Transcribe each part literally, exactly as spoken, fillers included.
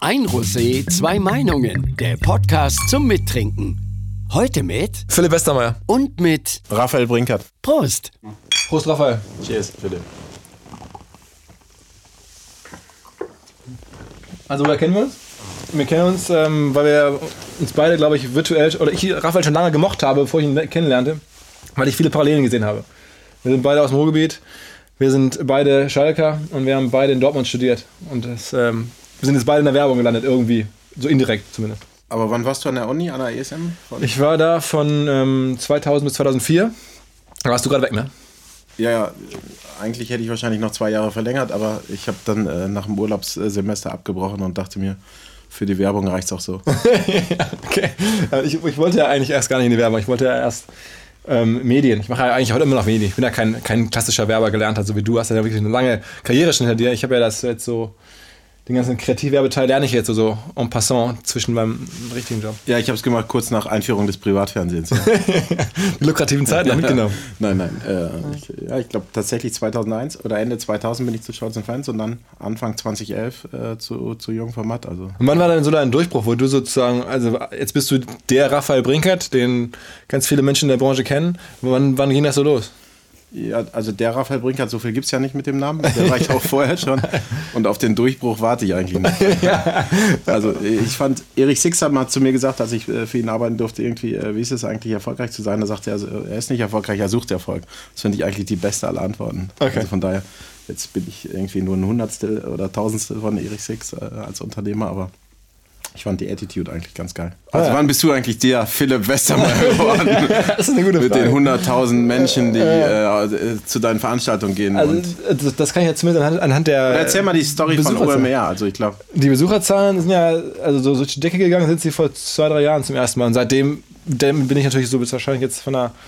Ein Rosé, zwei Meinungen. Der Podcast zum Mittrinken. Heute mit Philipp Westermeier und mit Raphael Brinkert. Prost. Prost, Raphael. Cheers, Philipp. Also, woher kennen wir uns? Wir kennen uns, ähm, weil wir uns beide, glaube ich, virtuell, oder ich Raphael schon lange gemocht habe, bevor ich ihn kennenlernte, weil ich viele Parallelen gesehen habe. Wir sind beide aus dem Ruhrgebiet, wir sind beide Schalker und wir haben beide in Dortmund studiert. Und das, ähm, wir sind jetzt beide in der Werbung gelandet, irgendwie, so indirekt zumindest. Aber wann warst du an der Uni, an der E S M? Ich war da von ähm, zweitausend bis zweitausendvier. Da warst du gerade weg, ne? Ja, ja, eigentlich hätte ich wahrscheinlich noch zwei Jahre verlängert, aber ich habe dann äh, nach dem Urlaubssemester abgebrochen und dachte mir, für die Werbung reicht es auch so. Ja, okay. Ich, ich wollte ja eigentlich erst gar nicht in die Werbung, ich wollte ja erst ähm, Medien. Ich mache ja eigentlich heute immer noch Medien. Ich bin ja kein, kein klassischer Werber gelernt, so wie du hast ja wirklich eine lange Karriere schon hinter dir. Ich habe ja das jetzt so, den ganzen Kreativwerbeteil lerne ich jetzt so, so en passant zwischen meinem richtigen Job. Ja, ich habe es gemacht kurz nach Einführung des Privatfernsehens. Ja. Die lukrativen Zeiten haben mitgenommen. Nein, nein. Äh, ich, ja, ich glaube tatsächlich zweitausendeins oder Ende zweitausend bin ich zu Shorts and Fans und dann Anfang zweitausendelf äh, zu, zu Jungformat. Also. Und wann war dann so dein Durchbruch, wo du sozusagen, also jetzt bist du der Raphael Brinkert, den ganz viele Menschen in der Branche kennen. Wann, wann ging das so los? Ja, also der Raphael Brinkert, so viel gibt es ja nicht mit dem Namen. Der war ich auch vorher schon. Und auf den Durchbruch warte ich eigentlich nicht. Ja. Also ich fand, Erich Six hat mal zu mir gesagt, als ich für ihn arbeiten durfte, irgendwie, wie ist es eigentlich, erfolgreich zu sein? Da sagte er, er ist nicht erfolgreich, er sucht Erfolg. Das finde ich eigentlich die beste aller Antworten. Okay. Also von daher, jetzt bin ich irgendwie nur ein Hundertstel oder Tausendstel von Erich Six äh, als Unternehmer, aber ich fand die Attitude eigentlich ganz geil. Also ah, ja. Wann bist du eigentlich der Philipp Westermeier geworden? Das ist eine gute Frage. Mit den hunderttausend Menschen, die äh, äh, zu deinen Veranstaltungen gehen. Also, und das kann ich jetzt zumindest anhand, anhand der... Oder erzähl mal die Story von O M R. Also ich glaube, die Besucherzahlen sind ja also so durch die Decke gegangen, sind sie vor zwei, drei Jahren zum ersten Mal. Und seitdem bin ich natürlich so bis wahrscheinlich jetzt von der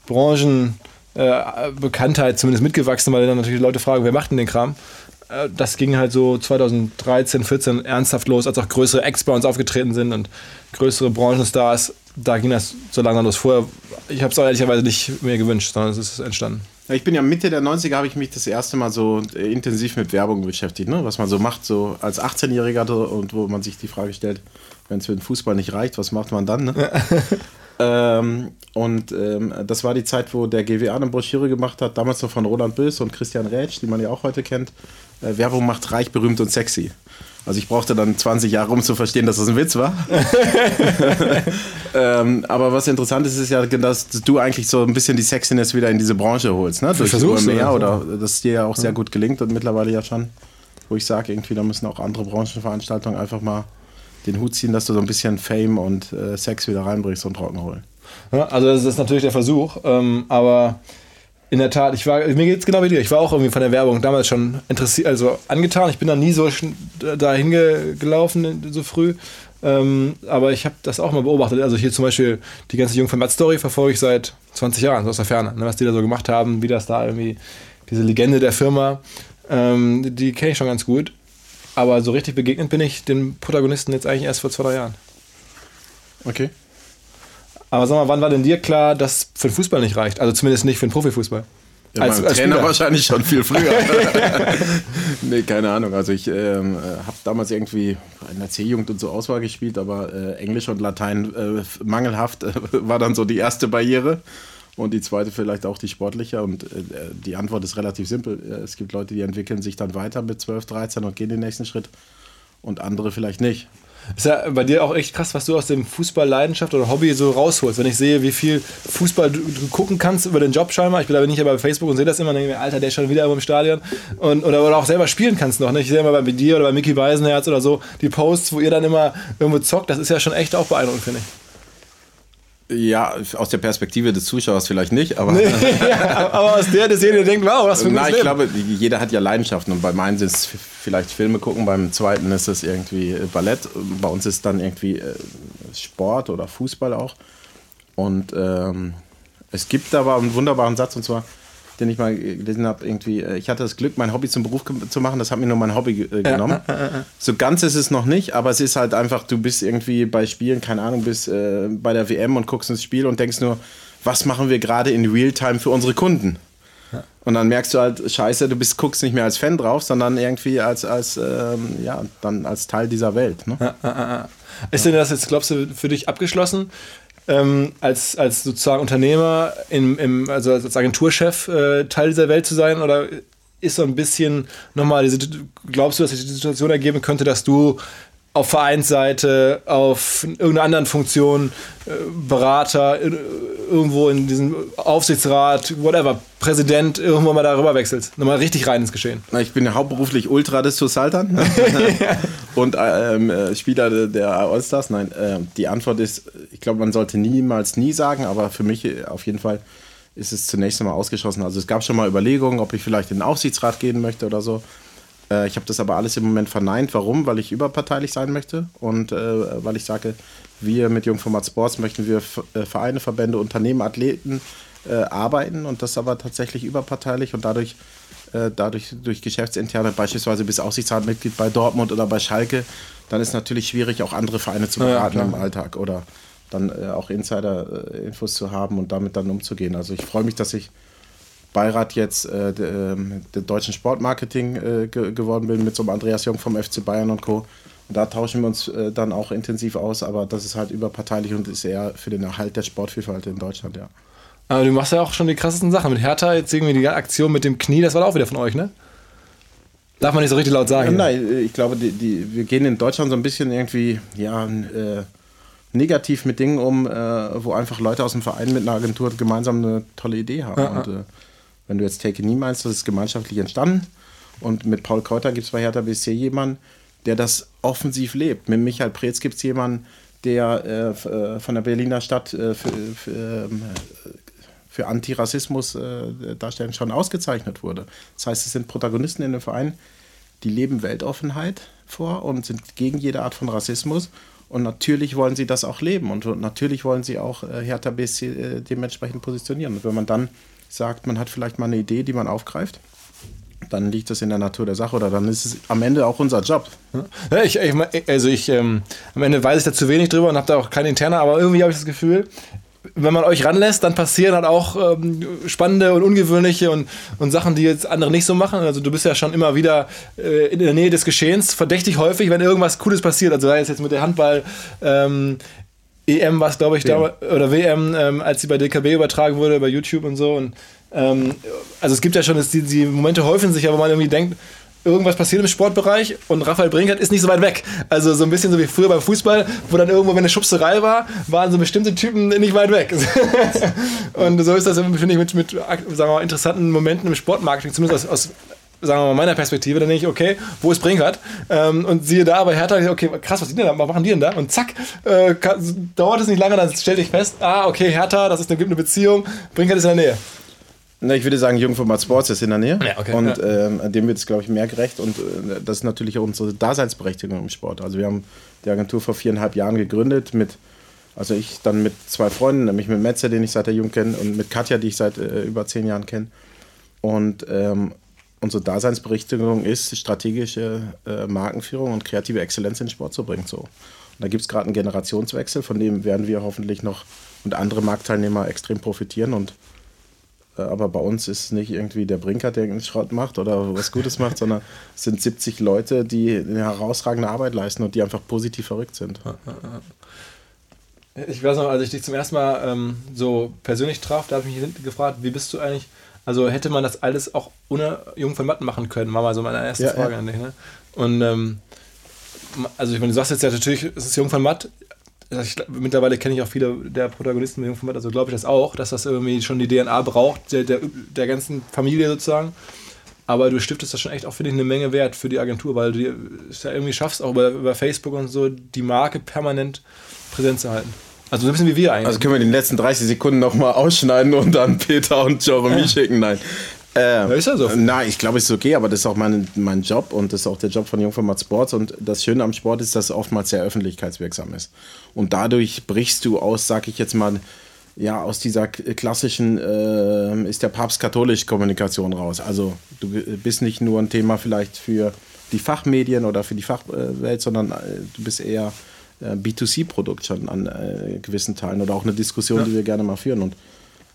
Branchenbekanntheit zumindest mitgewachsen, weil dann natürlich Leute fragen, wer macht denn den Kram? Das ging halt so zweitausenddreizehn, vierzehn ernsthaft los, als auch größere Acts bei uns aufgetreten sind und größere Branchenstars. Da ging das so langsam los. Vorher, ich habe es auch ehrlicherweise nicht mehr gewünscht, sondern es ist entstanden. Ja, ich bin ja Mitte der neunziger, habe ich mich das erste Mal so intensiv mit Werbung beschäftigt, ne? Was man so macht, so als achtzehnjähriger und wo man sich die Frage stellt, wenn es für den Fußball nicht reicht, was macht man dann? Ne? Ja. ähm, und ähm, das war die Zeit, wo der G W A eine Broschüre gemacht hat, damals noch von Roland Bös und Christian Rätsch, die man ja auch heute kennt. Äh, Werbung macht reich, berühmt und sexy. Also ich brauchte dann zwanzig Jahre, um zu verstehen, dass das ein Witz war. ähm, aber was interessant ist, ist ja, dass du eigentlich so ein bisschen die Sexiness wieder in diese Branche holst. Ne? Durch O M R oder das dir ja auch sehr gut gelingt und mittlerweile ja schon, wo ich sage, irgendwie da müssen auch andere Branchenveranstaltungen einfach mal den Hut ziehen, dass du so ein bisschen Fame und äh, Sex wieder reinbringst und Trockenholen. Ja, also das ist natürlich der Versuch, ähm, aber in der Tat, ich war, mir geht's genau wie dir. Ich war auch irgendwie von der Werbung damals schon interessiert, also angetan. Ich bin da nie so dahin gelaufen, so früh. Ähm, aber ich habe das auch mal beobachtet. Also hier zum Beispiel die ganze Jungformat-Story verfolge ich seit zwanzig Jahren, so aus der Ferne. Ne, was die da so gemacht haben, wie das da irgendwie, diese Legende der Firma, ähm, die kenne ich schon ganz gut. Aber so richtig begegnet bin ich den Protagonisten jetzt eigentlich erst vor zwei, drei Jahren. Okay. Aber sag mal, wann war denn dir klar, dass für den Fußball nicht reicht? Also zumindest nicht für den Profifußball. Ja, als, als Trainer Spieler. Wahrscheinlich schon viel früher. Nee, keine Ahnung. Also ich ähm, habe damals irgendwie in der C-Jugend und so Auswahl gespielt, aber äh, Englisch und Latein äh, mangelhaft äh, war dann so die erste Barriere. Und die zweite vielleicht auch die sportliche. Und äh, die Antwort ist relativ simpel. Es gibt Leute, die entwickeln sich dann weiter mit zwölf, dreizehn und gehen den nächsten Schritt. Und andere vielleicht nicht. Ist ja bei dir auch echt krass, was du aus dem Fußball-Leidenschaft oder Hobby so rausholst. Wenn ich sehe, wie viel Fußball du, du gucken kannst über den Job scheinbar. Ich bin, da bin ich ja bei Facebook und sehe das immer und denke mir, Alter, der ist schon wieder im Stadion. Und, oder, oder auch selber spielen kannst noch. Ne? Ich sehe immer bei dir oder bei Micky Beisenherz oder so die Posts, wo ihr dann immer irgendwo zockt. Das ist ja schon echt auch beeindruckend, finde ich. Ja, aus der Perspektive des Zuschauers vielleicht nicht, aber, nee, ja, aber aus der desjenigen denkt, wow, was für ein Na, ich Leben. glaube, jeder hat ja Leidenschaften und bei meinen ist es vielleicht Filme gucken, beim zweiten ist es irgendwie Ballett, bei uns ist dann irgendwie Sport oder Fußball auch. Und ähm, es gibt aber einen wunderbaren Satz, und zwar, den ich mal gelesen habe, irgendwie, ich hatte das Glück, mein Hobby zum Beruf zu machen, das hat mir nur mein Hobby äh, genommen. Ja, äh, äh. So ganz ist es noch nicht, aber es ist halt einfach, du bist irgendwie bei Spielen, keine Ahnung, bist äh, bei der W M und guckst ins Spiel und denkst nur, was machen wir gerade in Realtime für unsere Kunden? Ja. Und dann merkst du halt, scheiße, du bist, guckst nicht mehr als Fan drauf, sondern irgendwie als, als, ähm, ja, dann als Teil dieser Welt. Ne? Ja, ja, ja. Ist denn das jetzt, glaubst du, für dich abgeschlossen? Ähm, als, als sozusagen Unternehmer, im, im, also als Agenturchef äh, Teil dieser Welt zu sein? Oder ist so ein bisschen nochmal, diese, glaubst du, dass sich die Situation ergeben könnte, dass du auf Vereinsseite, auf irgendeiner anderen Funktion, äh, Berater, in, irgendwo in diesem Aufsichtsrat, whatever, Präsident, irgendwo mal darüber wechselst? Nochmal richtig rein ins Geschehen. Na, ich bin ja hauptberuflich Ultra des Saltern und ähm, Spieler der Allstars. Nein, äh, die Antwort ist, ich glaube, man sollte niemals nie sagen, aber für mich auf jeden Fall ist es zunächst einmal ausgeschlossen. Also es gab schon mal Überlegungen, ob ich vielleicht in den Aufsichtsrat gehen möchte oder so. Ich habe das aber alles im Moment verneint. Warum? Weil ich überparteilich sein möchte und äh, weil ich sage, wir mit Jungformat Sports möchten wir Vereine, Verbände, Unternehmen, Athleten äh, arbeiten und das aber tatsächlich überparteilich und dadurch, äh, dadurch durch Geschäftsinterne, beispielsweise bis Aufsichtsratmitglied bei Dortmund oder bei Schalke, dann ist natürlich schwierig, auch andere Vereine zu beraten ja, im Alltag oder dann äh, auch Insider-Infos zu haben und damit dann umzugehen. Also ich freue mich, dass ich Beirat jetzt äh, der, der deutschen Sportmarketing äh, ge- geworden bin mit so einem Andreas Jung vom F C Bayern und Co. Und da tauschen wir uns äh, dann auch intensiv aus, aber das ist halt überparteilich und ist eher für den Erhalt der Sportvielfalt in Deutschland, ja. Aber du machst ja auch schon die krassesten Sachen. Mit Hertha, jetzt irgendwie die Aktion mit dem Knie, das war auch wieder von euch, ne? Darf man nicht so richtig laut sagen. Ja, nein, ich glaube, die, die, wir gehen in Deutschland so ein bisschen irgendwie, ja, äh, negativ mit Dingen um, äh, wo einfach Leute aus dem Verein mit einer Agentur gemeinsam eine tolle Idee haben. Ja, und äh, wenn du jetzt Take a Knee meinst, das ist gemeinschaftlich entstanden. Und mit Paul Kräuter gibt es bei Hertha B S C jemanden, der das offensiv lebt. Mit Michael Preetz gibt es jemanden, der äh, von der Berliner Stadt äh, für, für, für Antirassismus äh, darstellen schon ausgezeichnet wurde. Das heißt, es sind Protagonisten in dem Verein, die leben Weltoffenheit vor und sind gegen jede Art von Rassismus. Und natürlich wollen sie das auch leben. Und natürlich wollen sie auch äh, Hertha B S C äh, dementsprechend positionieren. Und wenn man dann sagt, man hat vielleicht mal eine Idee, die man aufgreift, dann liegt das in der Natur der Sache oder dann ist es am Ende auch unser Job. Ja, ich, ich, also ich, ähm, am Ende weiß ich da zu wenig drüber und habe da auch keine interne, aber irgendwie habe ich das Gefühl, wenn man euch ranlässt, dann passieren halt auch ähm, spannende und ungewöhnliche und, und Sachen, die jetzt andere nicht so machen. Also du bist ja schon immer wieder äh, in der Nähe des Geschehens, verdächtig häufig, wenn irgendwas Cooles passiert. Also sei es jetzt mit der Handball, ähm, E M war es, glaube ich, da, oder W M, ähm, als sie bei D K B übertragen wurde, bei YouTube und so. Und, ähm, also es gibt ja schon, das, die, die Momente häufen sich, aber man irgendwie denkt, irgendwas passiert im Sportbereich und Raphael Brinkert ist nicht so weit weg. Also so ein bisschen so wie früher beim Fußball, wo dann irgendwo, wenn eine Schubserei war, waren so bestimmte Typen nicht weit weg. Und so ist das, finde ich, mit, mit sagen wir mal, interessanten Momenten im Sportmarketing, zumindest aus, aus sagen wir mal, meiner Perspektive, dann denke ich, okay, wo ist Brinkert? Ähm, und siehe da bei Hertha, okay, krass, was, die denn da, was machen die denn da? Und zack, äh, kann, dauert es nicht lange, dann stell dich fest, ah, okay, Hertha, das ist eine, gibt eine Beziehung, Brinkert ist in der Nähe. Na, ich würde sagen, Jungformat Sports ist in der Nähe. Ja, okay, und ja. ähm, dem wird es, glaube ich, mehr gerecht. Und äh, das ist natürlich auch unsere Daseinsberechtigung im Sport. Also wir haben die Agentur vor viereinhalb Jahren gegründet mit, also ich dann mit zwei Freunden, nämlich mit Metze, den ich seit der Jugend kenne, und mit Katja, die ich seit äh, über zehn Jahren kenne. Und ähm, unsere Daseinsberechtigung ist, strategische äh, Markenführung und kreative Exzellenz in den Sport zu bringen. So. Und da gibt es gerade einen Generationswechsel, von dem werden wir hoffentlich noch und andere Marktteilnehmer extrem profitieren. Und äh, aber bei uns ist es nicht irgendwie der Brinkert, der irgendeinen Schrott macht oder was Gutes macht, sondern es sind siebzig Leute, die eine herausragende Arbeit leisten und die einfach positiv verrückt sind. Ich weiß noch, als ich dich zum ersten Mal ähm, so persönlich traf, da habe ich mich gefragt, wie bist du eigentlich. Also hätte man das alles auch ohne Jung von Matten machen können, war mal so meine erste ja, Frage ja. an dich. Ne? Und ähm, also ich meine, du sagst jetzt ja natürlich, es ist Jung von Matt. Ich, mittlerweile kenne ich auch viele der Protagonisten mit Jung von Matt, also glaube ich das auch, dass das irgendwie schon die D N A braucht, der, der, der ganzen Familie sozusagen. Aber du stiftest das schon echt auch, finde ich, eine Menge Wert für die Agentur, weil du es ja irgendwie schaffst, auch über, über Facebook und so, die Marke permanent präsent zu halten. Also so ein bisschen wie wir eigentlich. Also können wir die letzten dreißig Sekunden nochmal ausschneiden und dann Peter und Jeremy ja. schicken? Nein. Äh, ja, ist ja so. Nein, ich glaube, es ist okay, aber das ist auch mein, mein Job und das ist auch der Job von Jungformat Sports. Und das Schöne am Sport ist, dass es oftmals sehr öffentlichkeitswirksam ist. Und dadurch brichst du aus, sag ich jetzt mal, ja, aus dieser klassischen, äh, ist der Papst katholisch Kommunikation raus. Also du bist nicht nur ein Thema vielleicht für die Fachmedien oder für die Fachwelt, sondern äh, du bist eher B zwei C-Produkt schon an äh, gewissen Teilen oder auch eine Diskussion, ja. die wir gerne mal führen. Und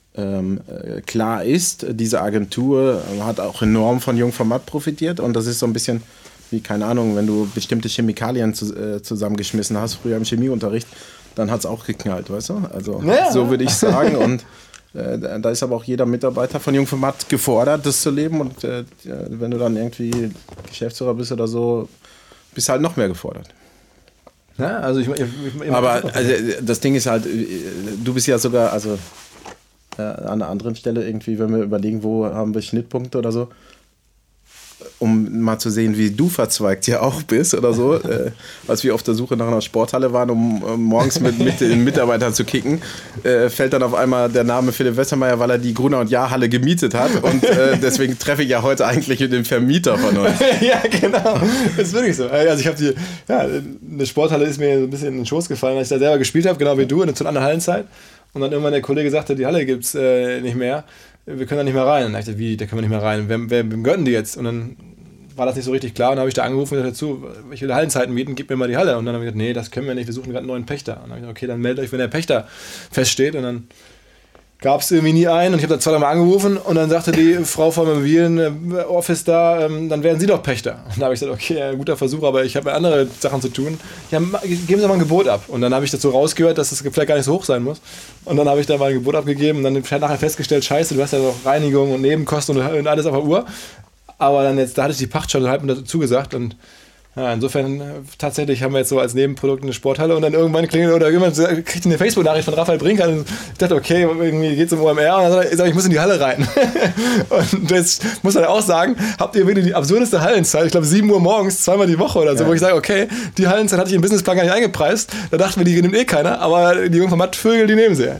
ähm, äh, klar ist, diese Agentur hat auch enorm von Jungformat profitiert und das ist so ein bisschen wie, keine Ahnung, wenn du bestimmte Chemikalien zu, äh, zusammengeschmissen hast, früher im Chemieunterricht, dann hat es auch geknallt, weißt du? Also ja. So würde ich sagen und äh, da ist aber auch jeder Mitarbeiter von Jungformat gefordert, das zu leben und äh, wenn du dann irgendwie Geschäftsführer bist oder so, bist du halt noch mehr gefordert. Ja, also ich, ich, ich aber also, das Ding ist halt, du bist ja sogar, also äh, an einer anderen Stelle irgendwie, wenn wir überlegen, wo haben wir Schnittpunkte oder so, um mal zu sehen, wie du verzweigt ja auch bist oder so, äh, als wir auf der Suche nach einer Sporthalle waren, um äh, morgens mit, mit den Mitarbeitern zu kicken, äh, fällt dann auf einmal der Name Philipp Westermeier, weil er die Gruner und Jahr Halle gemietet hat und äh, deswegen treffe ich ja heute eigentlich den Vermieter von euch. Ja, genau, das ist wirklich so. Also ich habe die, ja, eine Sporthalle ist mir so ein bisschen in den Schoß gefallen, als ich da selber gespielt habe, genau wie du, in einer anderen Hallenzeit und dann irgendwann der Kollege sagte, die Halle gibt's äh, nicht mehr. Wir können da nicht mehr rein. Und dann dachte ich, wie, da können wir nicht mehr rein. Wer, wer, wem gönnen die jetzt? Und dann war das nicht so richtig klar. Und dann habe ich da angerufen und gesagt, dazu, ich will Hallenzeiten mieten, gib mir mal die Halle. Und dann habe ich gesagt, nee, das können wir nicht, wir suchen gerade einen neuen Pächter. Und dann habe ich gesagt, okay, dann meldet euch, wenn der Pächter feststeht. Und dann gab es irgendwie nie einen. Und ich habe da zwei, drei Mal angerufen und dann sagte die Frau vom Immobilien-Office da, ähm, dann werden Sie doch Pächter. Und dann habe ich gesagt, okay, guter Versuch, aber ich habe andere Sachen zu tun. Ja, geben Sie mal ein Gebot ab. Und dann habe ich dazu rausgehört, dass es das vielleicht gar nicht so hoch sein muss. Und dann habe ich da mal ein Gebot abgegeben und dann nachher festgestellt, scheiße, du hast ja noch Reinigung und Nebenkosten und alles auf der Uhr. Aber dann jetzt, da hatte ich die Pacht schon halb dazu gesagt und ja, insofern tatsächlich haben wir jetzt so als Nebenprodukt eine Sporthalle und dann irgendwann klingelt oder jemand kriegt eine Facebook-Nachricht von Raphael Brinker und ich dachte, okay, irgendwie geht's um O M R und dann sagt er, ich muss in die Halle rein. Und jetzt muss man auch sagen, habt ihr wirklich die absurdeste Hallenzeit, ich glaube sieben Uhr morgens, zweimal die Woche oder so, ja. Wo ich sage, okay, die Hallenzeit hatte ich im Businessplan gar nicht eingepreist, da dachten wir, die nimmt eh keiner, aber die Jungformat-Vögel, die nehmen sie.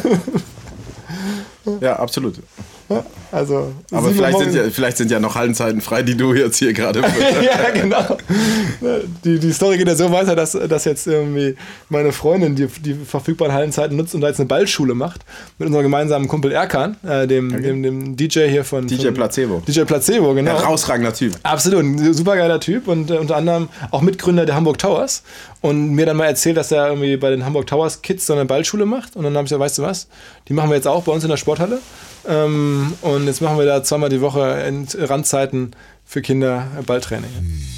Ja, absolut. Ja, also aber vielleicht sind, ja, vielleicht sind ja noch Hallenzeiten frei, die du jetzt hier gerade ja, genau. Die, die Story geht ja so weiter, dass, dass jetzt irgendwie meine Freundin die, die verfügbaren Hallenzeiten nutzt und da jetzt eine Ballschule macht mit unserem gemeinsamen Kumpel Erkan, äh, dem, okay. dem, dem D J hier von... D J von, Placebo. D J Placebo, genau. Herausragender Typ. Absolut, ein supergeiler Typ und äh, unter anderem auch Mitgründer der Hamburg Towers und mir dann mal erzählt, dass er irgendwie bei den Hamburg Towers Kids so eine Ballschule macht und dann habe ich gesagt, weißt du was, die machen wir jetzt auch bei uns in der Sporthalle. Ähm, und jetzt machen wir da zweimal die Woche in Randzeiten für Kinder Balltraining.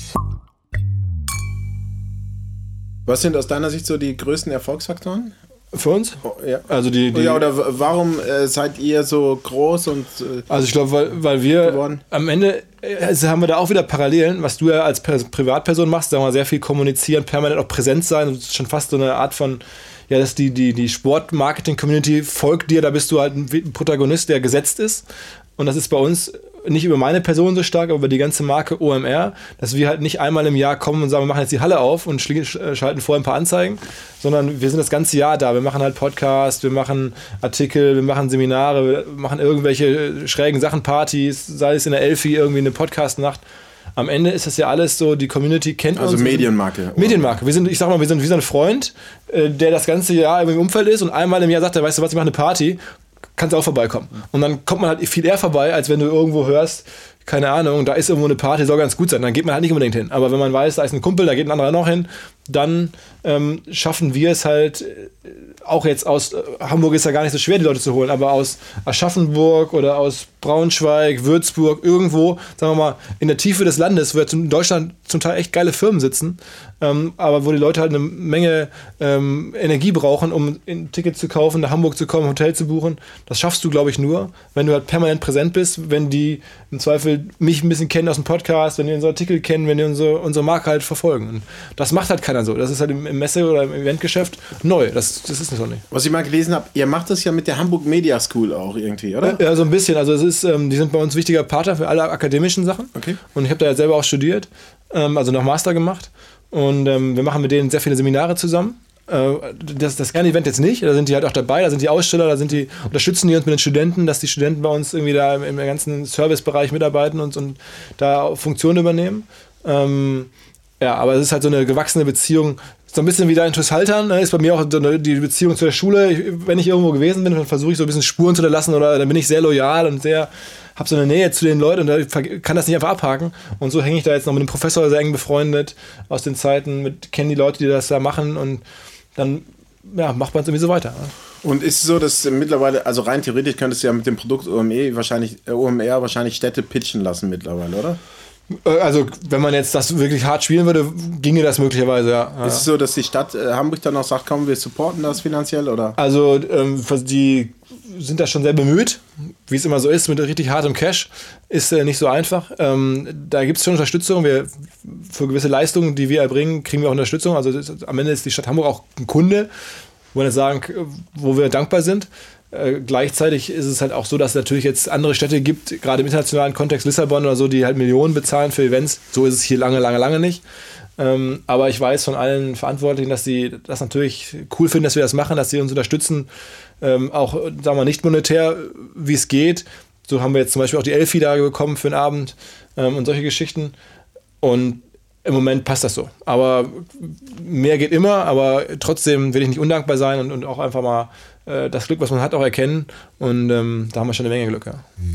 Was sind aus deiner Sicht so die größten Erfolgsfaktoren? Für uns? Oh, ja. Also die, die ja, oder warum äh, seid ihr so groß und äh, also ich glaube, weil, weil wir geworden? Am Ende also haben wir da auch wieder Parallelen, was du ja als Privatperson machst, sagen wir mal, sehr viel kommunizieren, permanent auch präsent sein, das ist schon fast so eine Art von ja, dass die, die, die Sport-Marketing-Community folgt dir, da bist du halt ein Protagonist, der gesetzt ist. Und das ist bei uns nicht über meine Person so stark, aber über die ganze Marke O M R, dass wir halt nicht einmal im Jahr kommen und sagen, wir machen jetzt die Halle auf und schalten vorher ein paar Anzeigen, sondern wir sind das ganze Jahr da. Wir machen halt Podcasts, wir machen Artikel, wir machen Seminare, wir machen irgendwelche schrägen Sachen, Partys, sei es in der Elfi irgendwie eine Podcast-Nacht. Am Ende ist das ja alles so, die Community kennt also uns. Also Medienmarke. Medienmarke. Wir sind, ich sag mal, wir sind wie so ein Freund, äh, der das ganze Jahr im Umfeld ist und einmal im Jahr sagt er, weißt du was, ich mache eine Party, kannst du auch vorbeikommen. Und dann kommt man halt viel eher vorbei, als wenn du irgendwo hörst, keine Ahnung, da ist irgendwo eine Party, soll ganz gut sein, dann geht man halt nicht unbedingt hin. Aber wenn man weiß, da ist ein Kumpel, da geht ein anderer noch hin, dann ähm, schaffen wir es halt, auch jetzt aus, äh, Hamburg ist ja gar nicht so schwer, die Leute zu holen, aber aus Aschaffenburg oder aus Braunschweig, Würzburg, irgendwo, sagen wir mal, in der Tiefe des Landes, wo in Deutschland zum Teil echt geile Firmen sitzen, ähm, aber wo die Leute halt eine Menge ähm, Energie brauchen, um ein Ticket zu kaufen, nach Hamburg zu kommen, ein Hotel zu buchen. Das schaffst du, glaube ich, nur, wenn du halt permanent präsent bist, wenn die im Zweifel mich ein bisschen kennen aus dem Podcast, wenn die unsere Artikel kennen, wenn die unsere, unsere Marke halt verfolgen. Und das macht halt keiner so. Das ist halt im, im Messe- oder im Eventgeschäft neu. Das, das ist nicht so nicht. Was ich mal gelesen habe, ihr macht das ja mit der Hamburg Media School auch irgendwie, oder? Ja, so ein bisschen. Also es ist, ähm, die sind bei uns wichtiger Partner für alle akademischen Sachen. Okay. Und ich habe da ja selber auch studiert, ähm, also noch Master gemacht. Und ähm, wir machen mit denen sehr viele Seminare zusammen. Äh, das, das Kern-Event jetzt nicht, da sind die halt auch dabei, da sind die Aussteller, da sind die, unterstützen die uns mit den Studenten, dass die Studenten bei uns irgendwie da im, im ganzen Servicebereich mitarbeiten und, und da Funktionen übernehmen. Ähm, ja, aber es ist halt so eine gewachsene Beziehung, so ein bisschen wie da in Haltern, ne, ist bei mir auch so eine, die Beziehung zu der Schule. Ich, wenn ich irgendwo gewesen bin, dann versuche ich so ein bisschen Spuren zu hinterlassen oder dann bin ich sehr loyal und sehr, habe so eine Nähe zu den Leuten und da kann das nicht einfach abhaken. Und so hänge ich da jetzt noch mit dem Professor sehr eng befreundet aus den Zeiten, mit kenne die Leute, die das da machen und dann ja, macht man es irgendwie so weiter. Und ist es so, dass mittlerweile, also rein theoretisch könntest du ja mit dem Produkt O M E wahrscheinlich, äh, O M R wahrscheinlich Städte pitchen lassen mittlerweile, oder? Also, wenn man jetzt das wirklich hart spielen würde, ginge das möglicherweise, ja. Ist es so, dass die Stadt äh, Hamburg dann auch sagt, komm, wir supporten das finanziell, oder? Also, ähm, die sind da schon sehr bemüht, wie es immer so ist, mit richtig hartem Cash, ist äh, nicht so einfach. Ähm, da gibt es schon Unterstützung. Wir, für gewisse Leistungen, die wir erbringen, kriegen wir auch Unterstützung. Also, das, am Ende ist die Stadt Hamburg auch ein Kunde, wo wir sagen, wo wir dankbar sind. Äh, gleichzeitig ist es halt auch so, dass es natürlich jetzt andere Städte gibt, gerade im internationalen Kontext, Lissabon oder so, die halt Millionen bezahlen für Events. So ist es hier lange, lange, lange nicht. Ähm, aber ich weiß von allen Verantwortlichen, dass sie das natürlich cool finden, dass wir das machen, dass sie uns unterstützen, ähm, auch, sagen wir mal, nicht monetär, wie es geht. So haben wir jetzt zum Beispiel auch die Elfi da bekommen für den Abend ähm, und solche Geschichten. Und im Moment passt das so. Aber mehr geht immer, aber trotzdem will ich nicht undankbar sein und, und auch einfach mal äh, das Glück, was man hat, auch erkennen. Und ähm, da haben wir schon eine Menge Glück. Ja.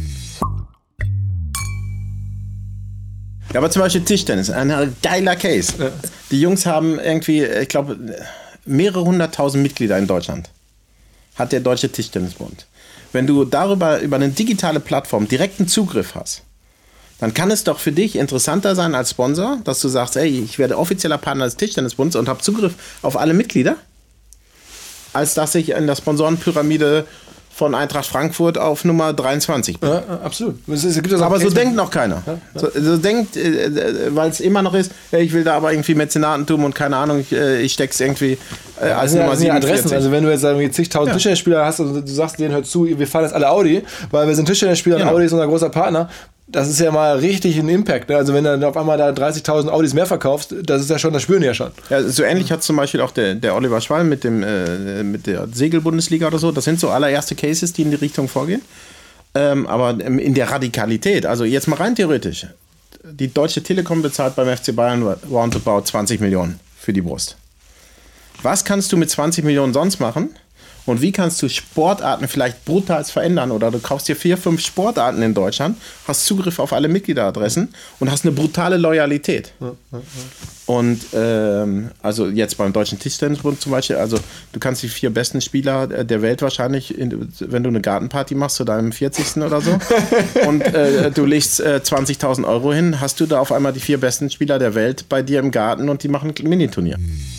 Ja, aber zum Beispiel Tischtennis, ein geiler Case. Ja. Die Jungs haben irgendwie, ich glaube, mehrere hunderttausend Mitglieder in Deutschland. Hat der Deutsche Tischtennisbund. Wenn du darüber, über eine digitale Plattform direkten Zugriff hast, dann kann es doch für dich interessanter sein als Sponsor, dass du sagst, ey, ich werde offizieller Partner des Tischtennisbunds und habe Zugriff auf alle Mitglieder, als dass ich in der Sponsorenpyramide von Eintracht Frankfurt auf Nummer dreiundzwanzig bin. Ja, absolut. Es ist, es gibt aber so denkt noch keiner. Ja, ja. So, so denkt, äh, weil es immer noch ist, hey, ich will da aber irgendwie Mäzenatentum und keine Ahnung, ich, äh, ich steck's irgendwie äh, als ja, Nummer siebenundvierzig. Adressen. Also wenn du jetzt irgendwie zigtausend ja. Tischtennisspieler hast und du sagst denen, hör zu, wir fahren jetzt alle Audi, weil wir sind Tischtennisspieler und ja. Audi ist unser großer Partner, das ist ja mal richtig ein Impact. Ne? Also wenn du auf einmal da dreißigtausend Audis mehr verkaufst, das ist ja schon, das spüren die ja schon. Ja, so ähnlich hat zum Beispiel auch der, der Oliver Schwalm mit, dem, äh, mit der Segelbundesliga oder so. Das sind so allererste Cases, die in die Richtung vorgehen. Ähm, aber in der Radikalität, also jetzt mal rein theoretisch, die Deutsche Telekom bezahlt beim F C Bayern roundabout zwanzig Millionen für die Brust. Was kannst du mit zwanzig Millionen sonst machen? Und wie kannst du Sportarten vielleicht brutal verändern? Oder du kaufst dir vier, fünf Sportarten in Deutschland, hast Zugriff auf alle Mitgliederadressen und hast eine brutale Loyalität. Ja, ja, ja. Und ähm, also jetzt beim Deutschen Tischtennisbund zum Beispiel, also du kannst die vier besten Spieler der Welt wahrscheinlich, in, wenn du eine Gartenparty machst zu deinem vierzigsten oder so und äh, du legst äh, zwanzigtausend Euro hin, hast du da auf einmal die vier besten Spieler der Welt bei dir im Garten und die machen ein Miniturnier.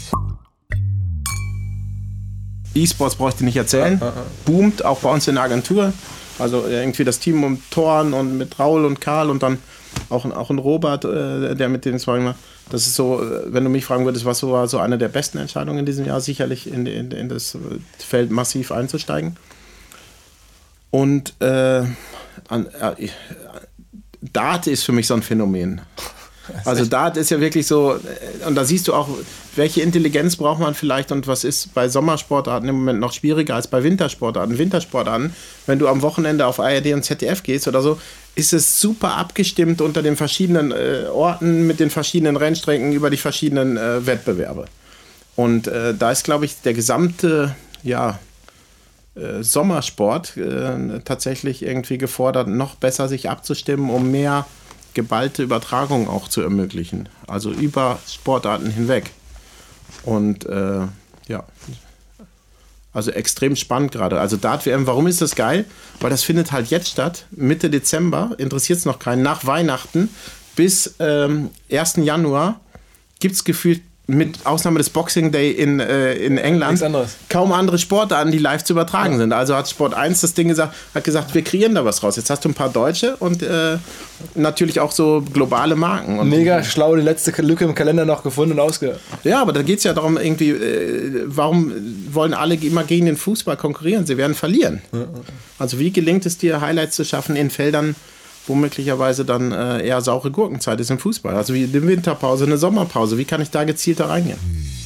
E-Sports brauche ich dir nicht erzählen. Ah, ah, ah. Boomt, auch bei uns in der Agentur. Also irgendwie das Team um Thorn und mit Raul und Karl und dann auch ein, auch ein Robert, äh, der mit dem Sparring macht. Das ist so, wenn du mich fragen würdest, was so war so eine der besten Entscheidungen in diesem Jahr, sicherlich in, in, in das Feld massiv einzusteigen. Und äh, an, äh, Dart ist für mich so ein Phänomen. Also Dart ist ja wirklich so, und da siehst du auch, welche Intelligenz braucht man vielleicht und was ist bei Sommersportarten im Moment noch schwieriger als bei Wintersportarten. Wintersportarten, wenn du am Wochenende auf A R D und Z D F gehst oder so, ist es super abgestimmt unter den verschiedenen äh, Orten mit den verschiedenen Rennstrecken über die verschiedenen äh, Wettbewerbe. Und äh, da ist, glaube ich, der gesamte ja, äh, Sommersport äh, tatsächlich irgendwie gefordert, noch besser sich abzustimmen, um mehr geballte Übertragung auch zu ermöglichen. Also über Sportarten hinweg. Und äh, ja, also extrem spannend gerade. Also Dart-W M, warum ist das geil? Weil das findet halt jetzt statt, Mitte Dezember, interessiert es noch keinen, nach Weihnachten bis ähm, ersten Januar gibt es gefühlt mit Ausnahme des Boxing Day in, äh, in England kaum andere Sportarten, die live zu übertragen ja. sind. Also hat Sport eins das Ding gesagt, hat gesagt, wir kreieren da was raus. Jetzt hast du ein paar Deutsche und äh, natürlich auch so globale Marken. Und mega schlau, die letzte Lücke im Kalender noch gefunden und ausge... Ja, aber da geht es ja darum, irgendwie, äh, warum wollen alle immer gegen den Fußball konkurrieren? Sie werden verlieren. Ja. Also wie gelingt es dir, Highlights zu schaffen in Feldern, wo möglicherweise dann äh, eher saure Gurkenzeit ist im Fußball. Also wie eine Winterpause, eine Sommerpause. Wie kann ich da gezielter reingehen?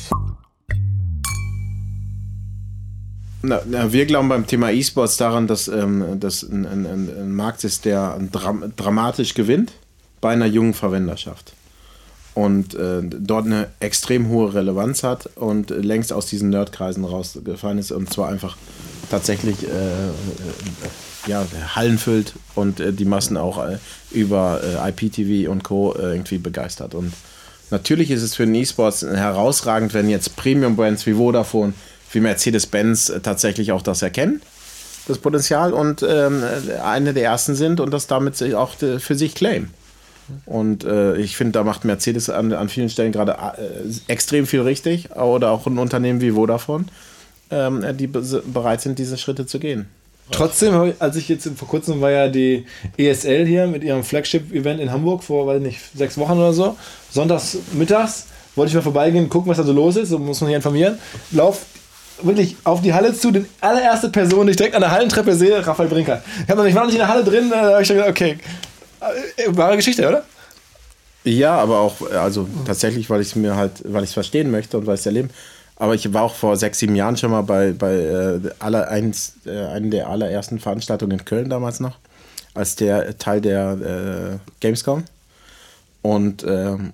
Na, na, wir glauben beim Thema E-Sports daran, dass ähm, das ein, ein, ein Markt ist, der dram- dramatisch gewinnt bei einer jungen Verwenderschaft. Und äh, dort eine extrem hohe Relevanz hat und längst aus diesen Nerdkreisen rausgefallen ist und zwar einfach tatsächlich äh, äh, ja, Hallen füllt und äh, die Massen auch äh, über äh, I P T V und Co. Äh, irgendwie begeistert. Und natürlich ist es für den E-Sports herausragend, wenn jetzt Premium-Brands wie Vodafone wie Mercedes-Benz tatsächlich auch das erkennen, das Potenzial, und ähm, eine der ersten sind und das damit auch für sich claimen. Und äh, ich finde, da macht Mercedes an, an vielen Stellen gerade äh, extrem viel richtig, oder auch ein Unternehmen wie Vodafone, ähm, die be- bereit sind, diese Schritte zu gehen. Trotzdem, als ich jetzt vor kurzem war ja die E S L hier mit ihrem Flagship-Event in Hamburg vor, weiß nicht, sechs Wochen oder so. Sonntags mittags wollte ich mal vorbeigehen, gucken, was da so los ist, so muss man hier informieren. Lauf wirklich auf die Halle zu, die allererste Person, die ich direkt an der Hallentreppe sehe, Raphael Brinker. Ich, hab noch, ich war noch nicht in der Halle drin, da habe ich gedacht, okay, wahre Geschichte, oder? Ja, aber auch, also tatsächlich, weil ich es mir halt, weil ich es verstehen möchte und weil ich es erleben. Aber ich war auch vor sechs, sieben Jahren schon mal bei, bei äh, aller, eins, äh, einer der allerersten Veranstaltungen in Köln damals noch, als der Teil der äh, Gamescom. Und ähm,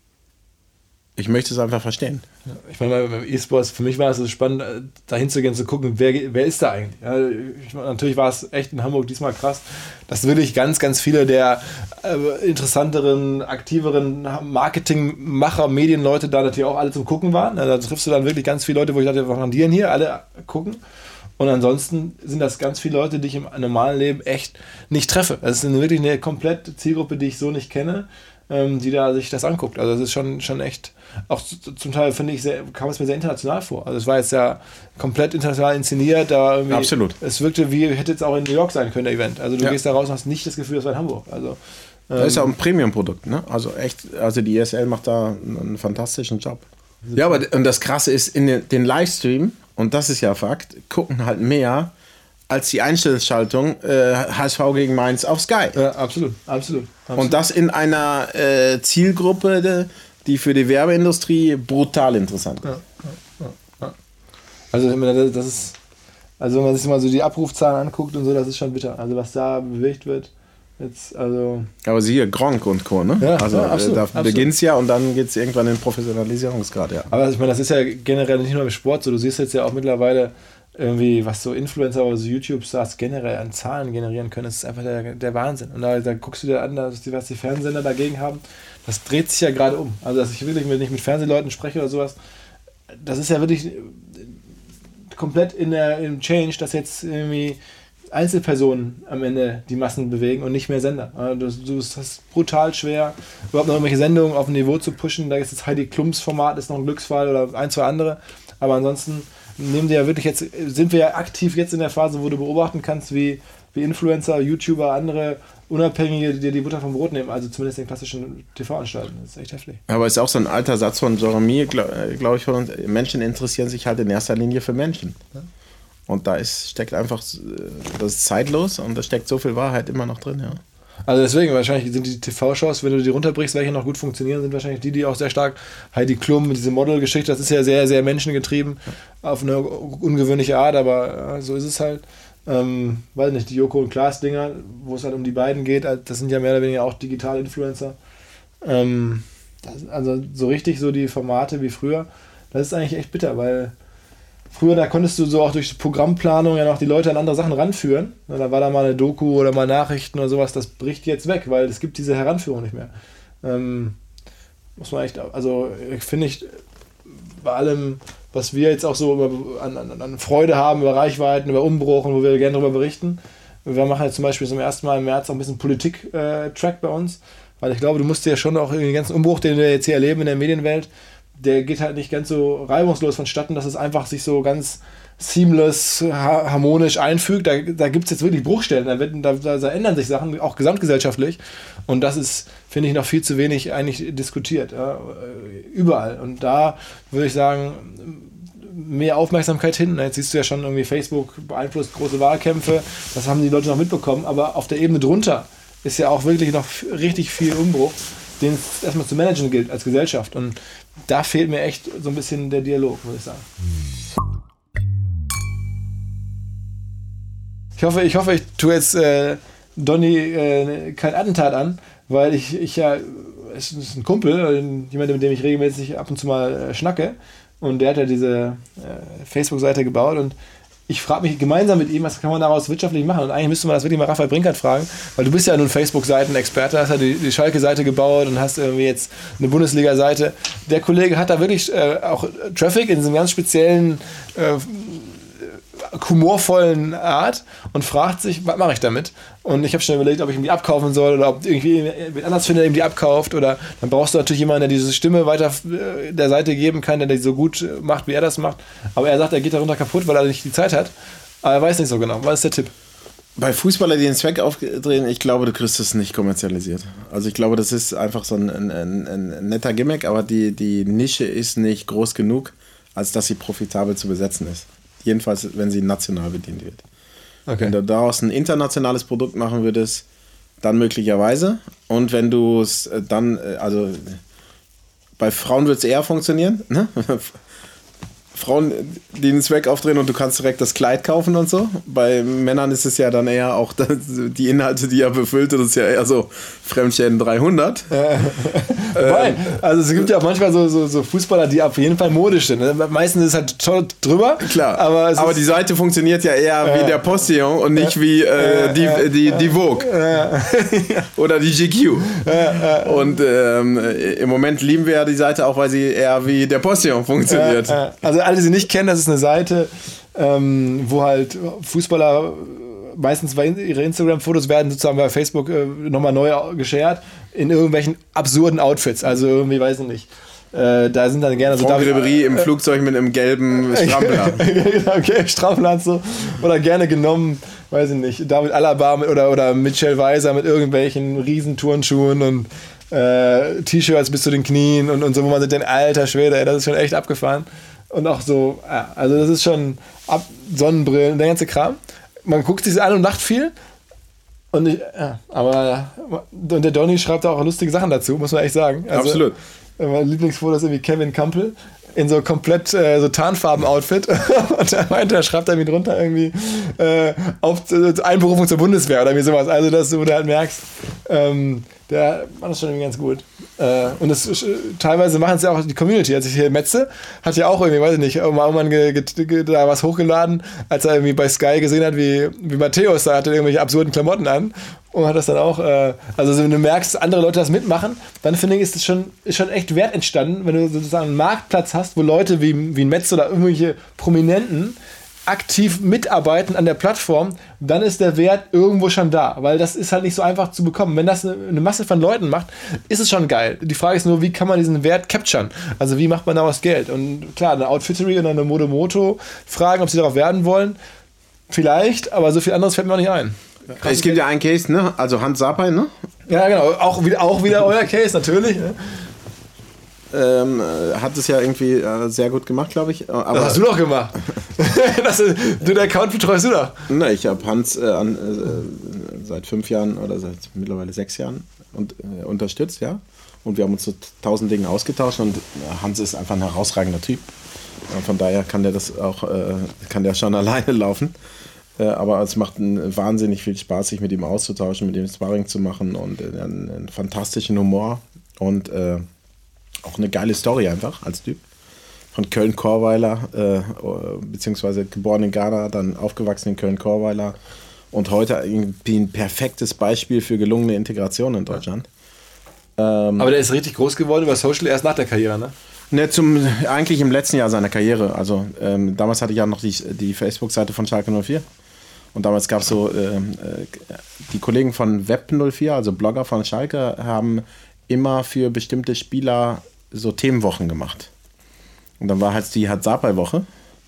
ich möchte es einfach verstehen. Ja, ich meine, beim E-Sports, für mich war es so spannend, da hinzugehen, zu gucken, wer, wer ist da eigentlich? Ja, ich, natürlich war es echt in Hamburg diesmal krass, dass wirklich ganz, ganz viele der äh, interessanteren, aktiveren Marketingmacher, Medienleute da natürlich auch alle zum Gucken waren. Ja, da triffst du dann wirklich ganz viele Leute, wo ich dachte, was machen die denn hier? Alle gucken. Und ansonsten sind das ganz viele Leute, die ich im normalen Leben echt nicht treffe. Das ist wirklich eine komplette Zielgruppe, die ich so nicht kenne, ähm, die da sich das anguckt. Also das ist schon, schon echt, auch zum Teil finde ich, sehr, kam es mir sehr international vor. Also es war jetzt ja komplett international inszeniert. Da irgendwie, absolut. Es wirkte wie, hätte jetzt auch in New York sein können, der Event. Also du ja. gehst da raus und hast nicht das Gefühl, das war in Hamburg. Also, ähm, das ist ja auch ein Premium-Produkt, ne? Also echt, also die E S L macht da einen, einen fantastischen Job. Ja, aber und das Krasse ist, in den, den Livestream, und das ist ja Fakt, gucken halt mehr als die Einstellungsschaltung äh, H S V gegen Mainz auf Sky. Ja, absolut, absolut, absolut. Und das in einer äh, Zielgruppe, die für die Werbeindustrie brutal interessant ist. Ja, ja, ja. Also das ist, also wenn man sich mal so die Abrufzahlen anguckt und so, das ist schon bitter. Also was da bewegt wird, jetzt, also. Aber siehe Gronk und Co., ne? Ja, also ja, absolut, da beginnt es ja und dann geht es irgendwann in den Professionalisierungsgrad, ja. Aber ich meine, das ist ja generell nicht nur im Sport so. Du siehst jetzt ja auch mittlerweile irgendwie, was so Influencer oder so YouTube-Stars generell an Zahlen generieren können. Das ist einfach der, der Wahnsinn. Und da, da guckst du dir an, was die, was die Fernsehsender dagegen haben. Das dreht sich ja gerade um. Also, dass ich wirklich, wenn ich mit Fernsehleuten spreche oder sowas, das ist ja wirklich komplett in der, im Change, dass jetzt irgendwie Einzelpersonen am Ende die Massen bewegen und nicht mehr Sender. Du, du hast es brutal schwer, überhaupt noch irgendwelche Sendungen auf ein Niveau zu pushen. Da ist jetzt Heidi Klums Format, ist noch ein Glücksfall oder ein, zwei andere. Aber ansonsten nehmen die ja wirklich jetzt, sind wir ja aktiv jetzt in der Phase, wo du beobachten kannst, wie, wie Influencer, YouTuber, andere Unabhängige, die dir die Butter vom Brot nehmen, also zumindest in klassischen T V-Anstalten. Das ist echt heftig. Aber es ist auch so ein alter Satz von Jeremy, glaube glaub ich, von uns. Menschen interessieren sich halt in erster Linie für Menschen. Ja. Und da ist, steckt einfach, das ist zeitlos und da steckt so viel Wahrheit immer noch drin, ja. Also deswegen, wahrscheinlich sind die T V-Shows, wenn du die runterbrichst, welche noch gut funktionieren, sind wahrscheinlich die, die auch sehr stark, Heidi Klum, diese Model-Geschichte, das ist ja sehr, sehr menschengetrieben, auf eine ungewöhnliche Art, aber ja, so ist es halt. Ähm, weiß nicht, die Joko und Klaas-Dinger, wo es halt um die beiden geht, das sind ja mehr oder weniger auch digitale Influencer. Ähm, das, also so richtig so die Formate wie früher, das ist eigentlich echt bitter, weil früher, da konntest du so auch durch Programmplanung ja noch die Leute an andere Sachen ranführen. Da war da mal eine Doku oder mal Nachrichten oder sowas, das bricht jetzt weg, weil es gibt diese Heranführung nicht mehr. Ähm, muss man echt, also ich finde ich, bei allem, was wir jetzt auch so über, an, an, an Freude haben, über Reichweiten, über Umbruch und wo wir gerne darüber berichten. Wir machen jetzt zum Beispiel zum ersten Mal im März auch ein bisschen Politik-Track bei uns, weil ich glaube, du musst ja schon auch den ganzen Umbruch, den wir jetzt hier erleben in der Medienwelt, der geht halt nicht ganz so reibungslos vonstatten, dass es einfach sich so ganz seamless, ha- harmonisch einfügt. Da, da gibt es jetzt wirklich Bruchstellen, da, wird, da, da ändern sich Sachen, auch gesamtgesellschaftlich. Und das ist, finde ich, noch viel zu wenig eigentlich diskutiert. Ja, überall. Und da würde ich sagen, mehr Aufmerksamkeit hin. Jetzt siehst du ja schon irgendwie, Facebook beeinflusst große Wahlkämpfe. Das haben die Leute noch mitbekommen. Aber auf der Ebene drunter ist ja auch wirklich noch richtig viel Umbruch, den es erstmal zu managen gilt als Gesellschaft. Und da fehlt mir echt so ein bisschen der Dialog, muss ich sagen. Ich hoffe, ich hoffe, ich tue jetzt äh, Donny äh, kein Attentat an, weil ich, ich ja, es ist ein Kumpel, jemand, mit dem ich regelmäßig ab und zu mal äh, schnacke, und der hat ja diese äh, Facebook-Seite gebaut, und ich frage mich gemeinsam mit ihm, was kann man daraus wirtschaftlich machen? Und eigentlich müsste man das wirklich mal Raphael Brinkert fragen, weil du bist ja nun Facebook-Seiten-Experte, hast ja die, die Schalke-Seite gebaut und hast irgendwie jetzt eine Bundesliga-Seite. Der Kollege hat da wirklich äh, auch Traffic in diesem ganz speziellen, äh, humorvollen Art und fragt sich, was mache ich damit? Und ich habe schon überlegt, ob ich ihm die abkaufen soll oder ob irgendwie jemand anders findet, der ihm die abkauft. Oder dann brauchst du natürlich jemanden, der diese Stimme weiter der Seite geben kann, der die so gut macht, wie er das macht. Aber er sagt, er geht darunter kaputt, weil er nicht die Zeit hat. Aber er weiß nicht so genau. Was ist der Tipp? Bei Fußballern, die den Zweck aufdrehen, ich glaube, du kriegst es nicht kommerzialisiert. Also ich glaube, das ist einfach so ein, ein, ein, ein netter Gimmick, aber die, die Nische ist nicht groß genug, als dass sie profitabel zu besetzen ist. Jedenfalls, wenn sie national bedient wird. Okay. Wenn du daraus ein internationales Produkt machen würdest, dann möglicherweise. Und wenn du es dann, also bei Frauen wird es eher funktionieren, ne? Frauen, die den Zweck aufdrehen und du kannst direkt das Kleid kaufen und so. Bei Männern ist es ja dann eher auch das, die Inhalte, die er befüllt, das ist ja eher so Fremdschäden dreihundert. Äh, Wobei, also es gibt ja auch manchmal so, so, so Fußballer, die auf jeden Fall modisch sind. Meistens ist es halt toll drüber. Klar, aber, es aber ist, die Seite funktioniert ja eher äh, wie der Postillon und nicht äh, wie äh, die, äh, die, die Vogue äh, oder die G Q. Äh, und ähm, im Moment lieben wir ja die Seite auch, weil sie eher wie der Postillon funktioniert. Äh, äh, also alle, die sie nicht kennen, das ist eine Seite, ähm, wo halt Fußballer meistens bei ihre Instagram-Fotos werden sozusagen bei Facebook äh, nochmal neu geshared in irgendwelchen absurden Outfits. Also irgendwie, weiß ich nicht. Äh, da sind dann gerne so Franck Ribéry im Flugzeug mit einem gelben Strampelanzug. Okay, Strampelanzug. Oder gerne genommen, weiß ich nicht, David Alaba mit, oder, oder Mitchell Weiser mit irgendwelchen riesen Turnschuhen und äh, T-Shirts bis zu den Knien und, und so, wo man sich denkt, alter Schwede, ey, das ist schon echt abgefahren. Und auch so, ja, also das ist schon ab Sonnenbrillen, der ganze Kram. Man guckt sich das an und lacht viel. Und ich, ja, aber und der Donny schreibt auch lustige Sachen dazu, muss man echt sagen. Also, absolut. Mein Lieblingsfoto ist irgendwie Kevin Campbell in so komplett äh, so Tarnfarben-Outfit. Und da meint er, schreibt er mir drunter irgendwie äh, auf äh, Einberufung zur Bundeswehr oder irgendwie sowas. Also, dass du da halt merkst, ähm, der macht das schon irgendwie ganz gut. Äh, und das, äh, teilweise machen es ja auch die Community. Also hier Metze hat ja auch irgendwie, weiß ich nicht, irgendwann ge, ge, ge, da was hochgeladen, als er irgendwie bei Sky gesehen hat, wie, wie Matthäus da hatte irgendwelche absurden Klamotten an. Und hat das dann auch, äh, also wenn du merkst, dass andere Leute das mitmachen, dann finde ich, ist es schon, ist schon echt Wert entstanden, wenn du sozusagen einen Marktplatz hast, wo Leute wie, wie ein Metz oder irgendwelche Prominenten aktiv mitarbeiten an der Plattform, dann ist der Wert irgendwo schon da, weil das ist halt nicht so einfach zu bekommen. Wenn das eine, eine Masse von Leuten macht, ist es schon geil. Die Frage ist nur, wie kann man diesen Wert capturen? Also wie macht man daraus Geld? Und klar, eine Outfittery oder eine Modomoto fragen, ob sie darauf werden wollen, vielleicht, aber so viel anderes fällt mir auch nicht ein. Krass, es gibt ja einen Case, ne? Also Hans Sapai, ne? Ja, genau. Auch wieder, auch wieder euer Case, natürlich. Ne? Ähm, hat es ja irgendwie äh, sehr gut gemacht, glaube ich. Aber das hast du doch gemacht. das ist, du, den Account betreust du doch. Ne, ich habe Hans äh, an, äh, seit fünf Jahren oder seit mittlerweile sechs Jahren und, äh, unterstützt, ja. Und wir haben uns zu tausend Dingen ausgetauscht und äh, Hans ist einfach ein herausragender Typ. Und von daher kann der das auch, äh, kann der schon alleine laufen. Äh, aber es macht ein, wahnsinnig viel Spaß, sich mit ihm auszutauschen, mit ihm Sparring zu machen und äh, einen, einen fantastischen Humor und äh, auch eine geile Story einfach als Typ. Von Köln-Chorweiler, äh, beziehungsweise geboren in Ghana, dann aufgewachsen in Köln-Chorweiler und heute irgendwie ein perfektes Beispiel für gelungene Integration in Deutschland. Ähm, aber der ist richtig groß geworden über Social erst nach der Karriere, ne? Ne, zum, eigentlich im letzten Jahr seiner Karriere. Also ähm, damals hatte ich ja noch die, die Facebook-Seite von Schalke null vier. Und damals gab es so, äh, die Kollegen von Web null vier, also Blogger von Schalke, haben immer für bestimmte Spieler so Themenwochen gemacht. Und dann war halt die Hatsapai-Woche.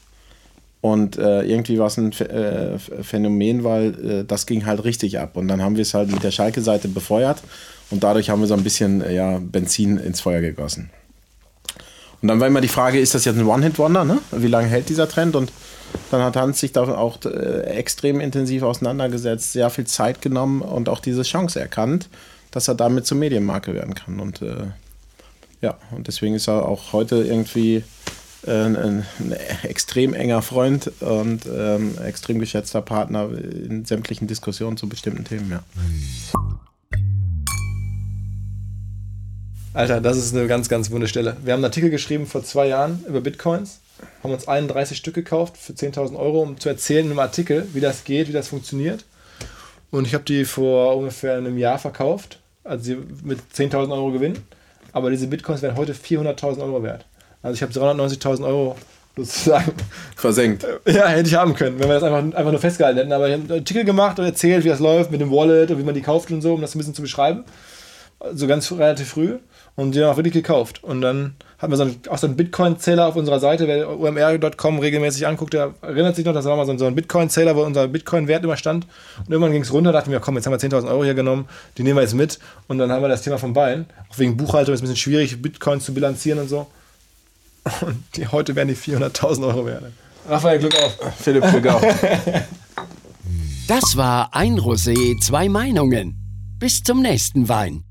Und äh, irgendwie war es ein äh, Phänomen, weil äh, das ging halt richtig ab. Und dann haben wir es halt mit der Schalke-Seite befeuert. Und dadurch haben wir so ein bisschen äh, ja, Benzin ins Feuer gegossen. Und dann war immer die Frage, ist das jetzt ein One-Hit-Wonder? Ne? Wie lange hält dieser Trend? Und dann hat Hans sich da auch äh, extrem intensiv auseinandergesetzt, sehr viel Zeit genommen und auch diese Chance erkannt, dass er damit zur Medienmarke werden kann. Und äh, ja, und deswegen ist er auch heute irgendwie äh, ein, ein extrem enger Freund und ähm, extrem geschätzter Partner in sämtlichen Diskussionen zu bestimmten Themen. Ja. Alter, das ist eine ganz, ganz wunde Stelle. Wir haben einen Artikel geschrieben vor zwei Jahren über Bitcoins haben uns einunddreißig Stück gekauft für zehntausend Euro, um zu erzählen in einem Artikel, wie das geht, wie das funktioniert. Und ich habe die vor ungefähr einem Jahr verkauft, also sie mit zehntausend Euro Gewinn. Aber diese Bitcoins werden heute vierhunderttausend Euro wert. Also ich habe dreihundertneunzigtausend Euro sozusagen versenkt. Ja, hätte ich haben können, wenn wir das einfach, einfach nur festgehalten hätten. Aber ich habe einen Artikel gemacht und erzählt, wie das läuft mit dem Wallet und wie man die kauft und so, um das ein bisschen zu beschreiben. So ganz relativ früh. Und die haben auch wirklich gekauft. Und dann hatten wir so einen, auch so einen Bitcoin-Zähler auf unserer Seite. Wer O M R Punkt com regelmäßig anguckt, der erinnert sich noch, das war mal so ein, so ein Bitcoin-Zähler, wo unser Bitcoin-Wert immer stand. Und irgendwann ging es runter, dachten wir, komm, jetzt haben wir zehntausend Euro hier genommen, die nehmen wir jetzt mit. Und dann haben wir das Thema vom Bein. Auch wegen Buchhaltung ist es ein bisschen schwierig, Bitcoins zu bilanzieren und so. Und die, heute werden die vierhunderttausend Euro wert. Raphael, Glück auf. Philipp, Glück auf. Das war ein Rosé, zwei Meinungen. Bis zum nächsten Wein.